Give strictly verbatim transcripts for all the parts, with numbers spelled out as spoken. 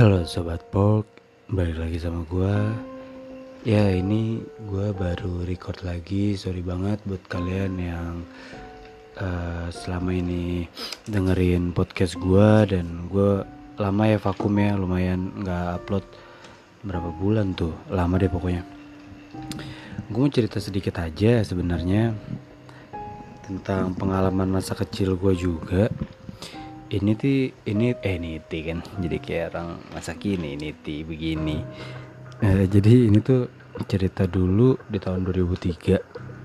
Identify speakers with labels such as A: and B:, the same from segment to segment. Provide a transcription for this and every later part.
A: Halo Sobat Polk, balik lagi sama gue. Ya ini gue baru record lagi. Sorry banget buat kalian yang uh, selama ini dengerin podcast gue. Dan gue lama ya vakum ya, lumayan gak upload berapa bulan tuh. Lama deh pokoknya. Gue mau cerita sedikit aja sebenarnya tentang pengalaman masa kecil gue juga. Ini ti ini eh niti kan jadi kayak orang masa kini niti begini. Eh, jadi ini tuh cerita dulu di tahun dua ribu tiga.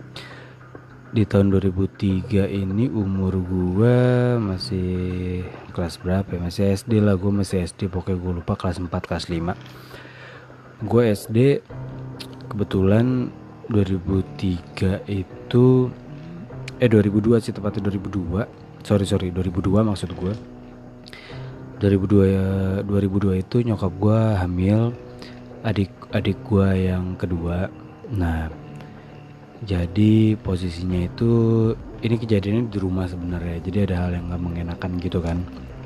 A: Di tahun dua ribu tiga ini umur gua masih kelas berapa ya? Masih S D lah, gua masih S D, pokoknya gua lupa kelas empat kelas lima. Gua S D kebetulan dua ribu tiga itu eh dua ribu dua sih, tepatnya dua ribu dua. Sorry sorry dua ribu dua maksud gue. dua ribu dua ya, dua ribu dua itu nyokap gue hamil adik adik gue yang kedua. Nah, jadi posisinya itu ini kejadiannya di rumah sebenarnya. Jadi ada hal yang nggak mengenakan gitu kan.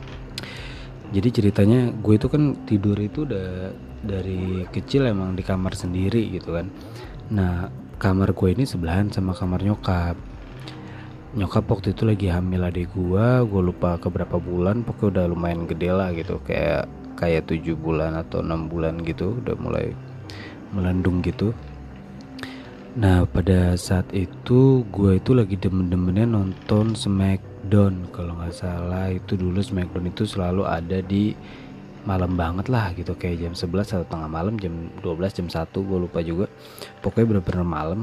A: Jadi ceritanya gue itu kan tidur itu udah dari kecil emang di kamar sendiri gitu kan. Nah, kamar gue ini sebelahan sama kamar nyokap. Nyokap waktu itu lagi hamil adik gua, gua lupa keberapa bulan, pokoknya udah lumayan gede lah gitu, kayak kayak tujuh bulan atau enam bulan gitu, udah mulai melendung gitu. Nah pada saat itu gua itu lagi demen-demennya nonton Smackdown, kalau nggak salah itu dulu Smackdown itu selalu ada di malam banget lah gitu, kayak jam sebelas atau tengah malam, jam dua belas, jam satu, gua lupa juga, pokoknya bener-bener malam.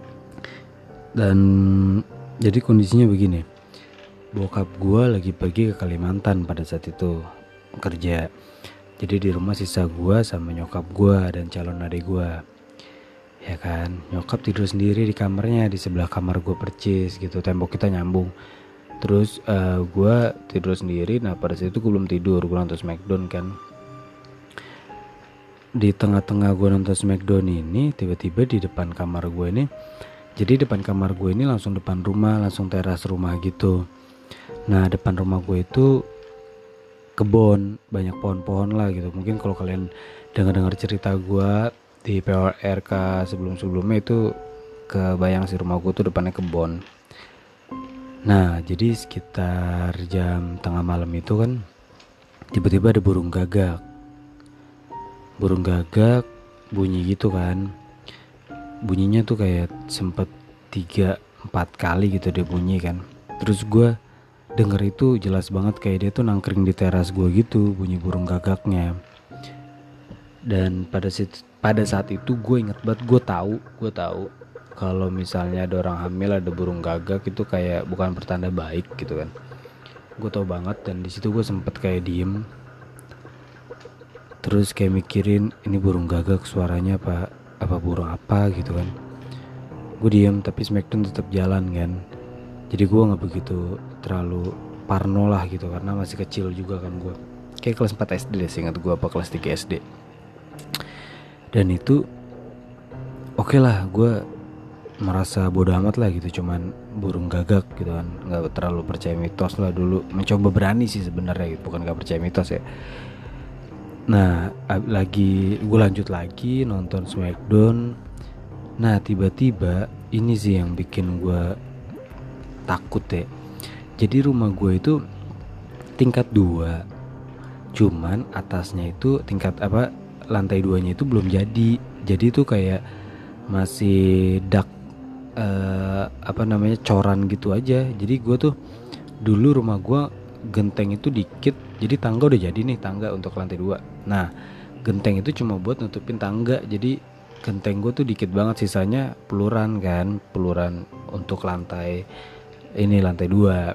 A: Dan jadi kondisinya begini, bokap gue lagi pergi ke Kalimantan pada saat itu kerja. Jadi di rumah sisa gue sama nyokap gue dan calon adik gue. Ya kan, nyokap tidur sendiri di kamarnya, di sebelah kamar gue percis gitu, tembok kita nyambung. Terus uh, gue tidur sendiri. Nah pada saat itu gue belum tidur, gue nonton Smackdown kan. Di tengah-tengah gue nonton Smackdown ini, tiba-tiba di depan kamar gue ini, jadi depan kamar gue ini langsung depan rumah, langsung teras rumah gitu. Nah depan rumah gue itu kebun, banyak pohon-pohon lah gitu. Mungkin kalau kalian dengar-dengar cerita gue di P O R K sebelum-sebelumnya itu kebayang sih, rumah gue tuh depannya kebun. Nah jadi sekitar jam tengah malam itu kan tiba-tiba ada burung gagak. Burung gagak bunyi gitu kan. Bunyinya tuh kayak sempet tiga empat kali gitu dia bunyi kan. Terus gue denger itu jelas banget kayak dia tuh nangkring di teras gue gitu, bunyi burung gagaknya. Dan pada saat, pada saat itu gue inget banget, gue tahu gue tahu kalau misalnya ada orang hamil ada burung gagak itu kayak bukan pertanda baik gitu kan. Gue tahu banget, dan di situ gue sempet kayak diem. Terus kayak mikirin ini burung gagak suaranya apa apa burung apa gitu kan. Gue diem tapi Smackdown tetap jalan kan. Jadi gue nggak begitu terlalu parno lah gitu, karena masih kecil juga kan gue, kayak kelas empat S D deh seingat gue, apa kelas tiga S D. Dan itu oke okay lah, gue merasa bodoh amat lah gitu, cuman burung gagak gitu kan, nggak terlalu percaya mitos lah dulu, mencoba berani sih sebenarnya gitu, bukan nggak percaya mitos ya. Nah lagi gue lanjut lagi nonton Smackdown. Nah tiba-tiba ini sih yang bikin gue takut ya. Jadi rumah gue itu tingkat dua, cuman atasnya itu tingkat apa, lantai duanya itu belum jadi. Jadi itu kayak masih dak eh, apa namanya coran gitu aja. Jadi gue tuh dulu rumah gue genteng itu dikit, jadi tangga udah jadi nih, tangga untuk lantai dua. Nah genteng itu cuma buat nutupin tangga, jadi genteng gue tuh dikit banget, sisanya peluran kan, peluran untuk lantai ini, lantai dua.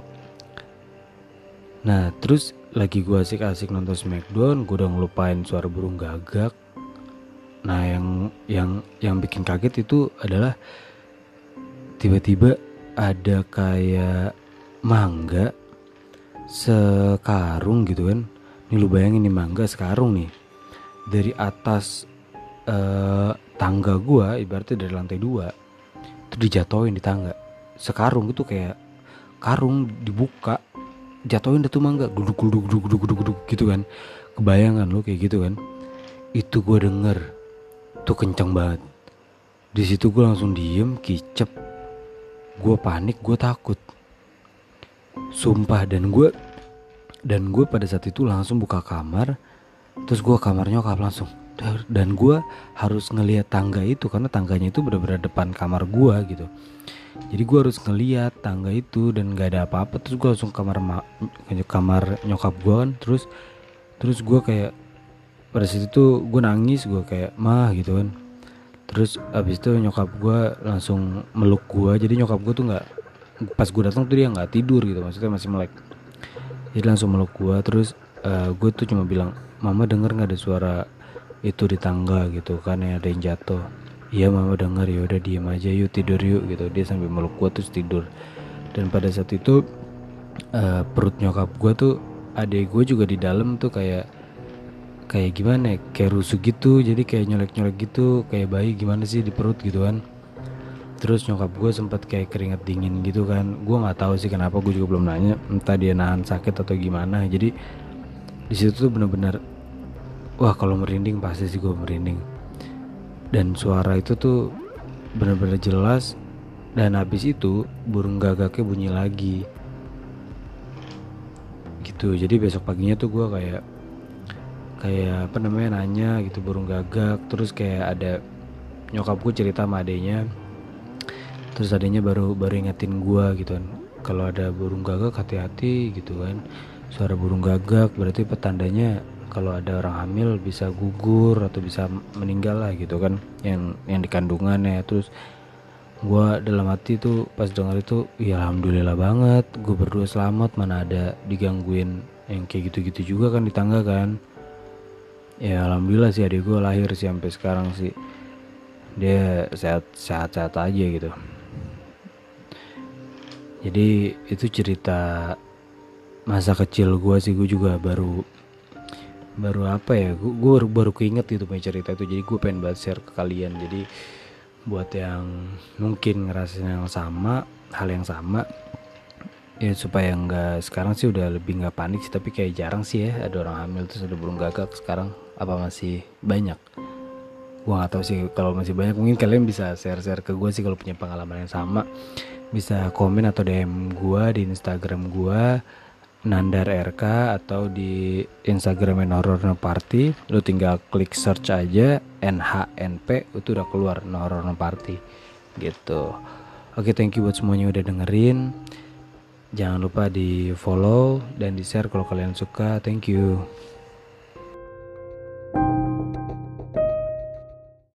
A: Nah terus lagi gue asik-asik nonton Smackdown, gue udah ngelupain suara burung gagak. Nah yang yang yang bikin kaget itu adalah tiba-tiba ada kayak mangga sekarung gitu kan. Nih lu bayangin nih, mangga sekarung nih dari atas eh, tangga gua, ibaratnya dari lantai dua itu dijatuhin di tangga. Sekarung itu kayak karung dibuka, jatuhin dah tuh mangga, gluduk gluduk gluduk gluduk gluduk gluduk gitu kan. Kebayang kan lo kayak gitu kan. Itu gue denger tuh kenceng banget. Di situ gue langsung diem, kicep, gue panik, gue takut, sumpah. Dan gue dan gue pada saat itu langsung buka kamar, terus gue kamar nyokap langsung. Dan gue harus ngelihat tangga itu karena tangganya itu benar-benar depan kamar gue gitu. Jadi gue harus ngelihat tangga itu dan gak ada apa-apa. Terus gue langsung kamar ma- kamar nyokap gue kan. Terus terus gue kayak pada saat itu gue nangis, gue kayak mah gitu kan. Terus abis itu nyokap gue langsung meluk gue. Jadi nyokap gue tuh nggak, pas gue datang tuh dia nggak tidur gitu, maksudnya masih melek. Jadi langsung meluk gue. Terus uh, gue tuh cuma bilang, mama denger nggak ada suara itu di tangga gitu kan, yang ada yang jatuh. Iya mama denger, ya udah diem aja yuk, tidur yuk gitu. Dia sambil meluk gue terus tidur. Dan pada saat itu uh, perut nyokap gue tuh, adik gue juga di dalam tuh kayak kayak gimana ya, kayak rusuh gitu. Jadi kayak nyolek-nyolek gitu, kayak bayi gimana sih di perut gitu kan. Terus nyokap gue sempat kayak keringet dingin gitu kan. Gue nggak tahu sih kenapa, gue juga belum nanya, entah dia nahan sakit atau gimana. Jadi di situ tuh benar-benar, wah kalau merinding pasti sih gue merinding. Dan suara itu tuh benar-benar jelas. Dan habis itu burung gagaknya bunyi lagi gitu. Jadi besok paginya tuh gue kayak kayak apa namanya nanya gitu, burung gagak. Terus kayak ada nyokap gue cerita sama adenya. Terus adanya baru baru ingetin gue gitu kan, kalau ada burung gagak hati-hati gitu kan. Suara burung gagak berarti petandanya kalau ada orang hamil bisa gugur atau bisa meninggal lah gitu kan, yang yang di kandungannya. Terus gue dalam hati tuh pas dengar itu, ya alhamdulillah banget, gue berdua selamat, mana ada digangguin yang kayak gitu-gitu juga kan di tangga kan. Ya alhamdulillah sih adik gue lahir sih sampai sekarang sih, dia sehat sehat sehat aja gitu. Jadi itu cerita masa kecil gue sih. Gue juga baru baru apa ya, gue, gue baru, baru keinget gitu punya cerita itu. Jadi gue pengen banget share ke kalian. Jadi buat yang mungkin ngerasain yang sama, hal yang sama ya, supaya nggak, sekarang sih udah lebih nggak panik sih. Tapi kayak jarang sih ya ada orang hamil terus ada burung gagak sekarang. Apa masih banyak? Gue nggak tahu sih. Kalau masih banyak mungkin kalian bisa share-share ke gue sih kalau punya pengalaman yang sama. Bisa komen atau D M gue di Instagram gue Nandar R K, atau di Instagram Horror No Party. Lu tinggal klik search aja N H N P, itu udah keluar Horror No Party gitu. Oke, thank you buat semuanya udah dengerin. Jangan lupa di follow dan di share kalau kalian suka. Thank you.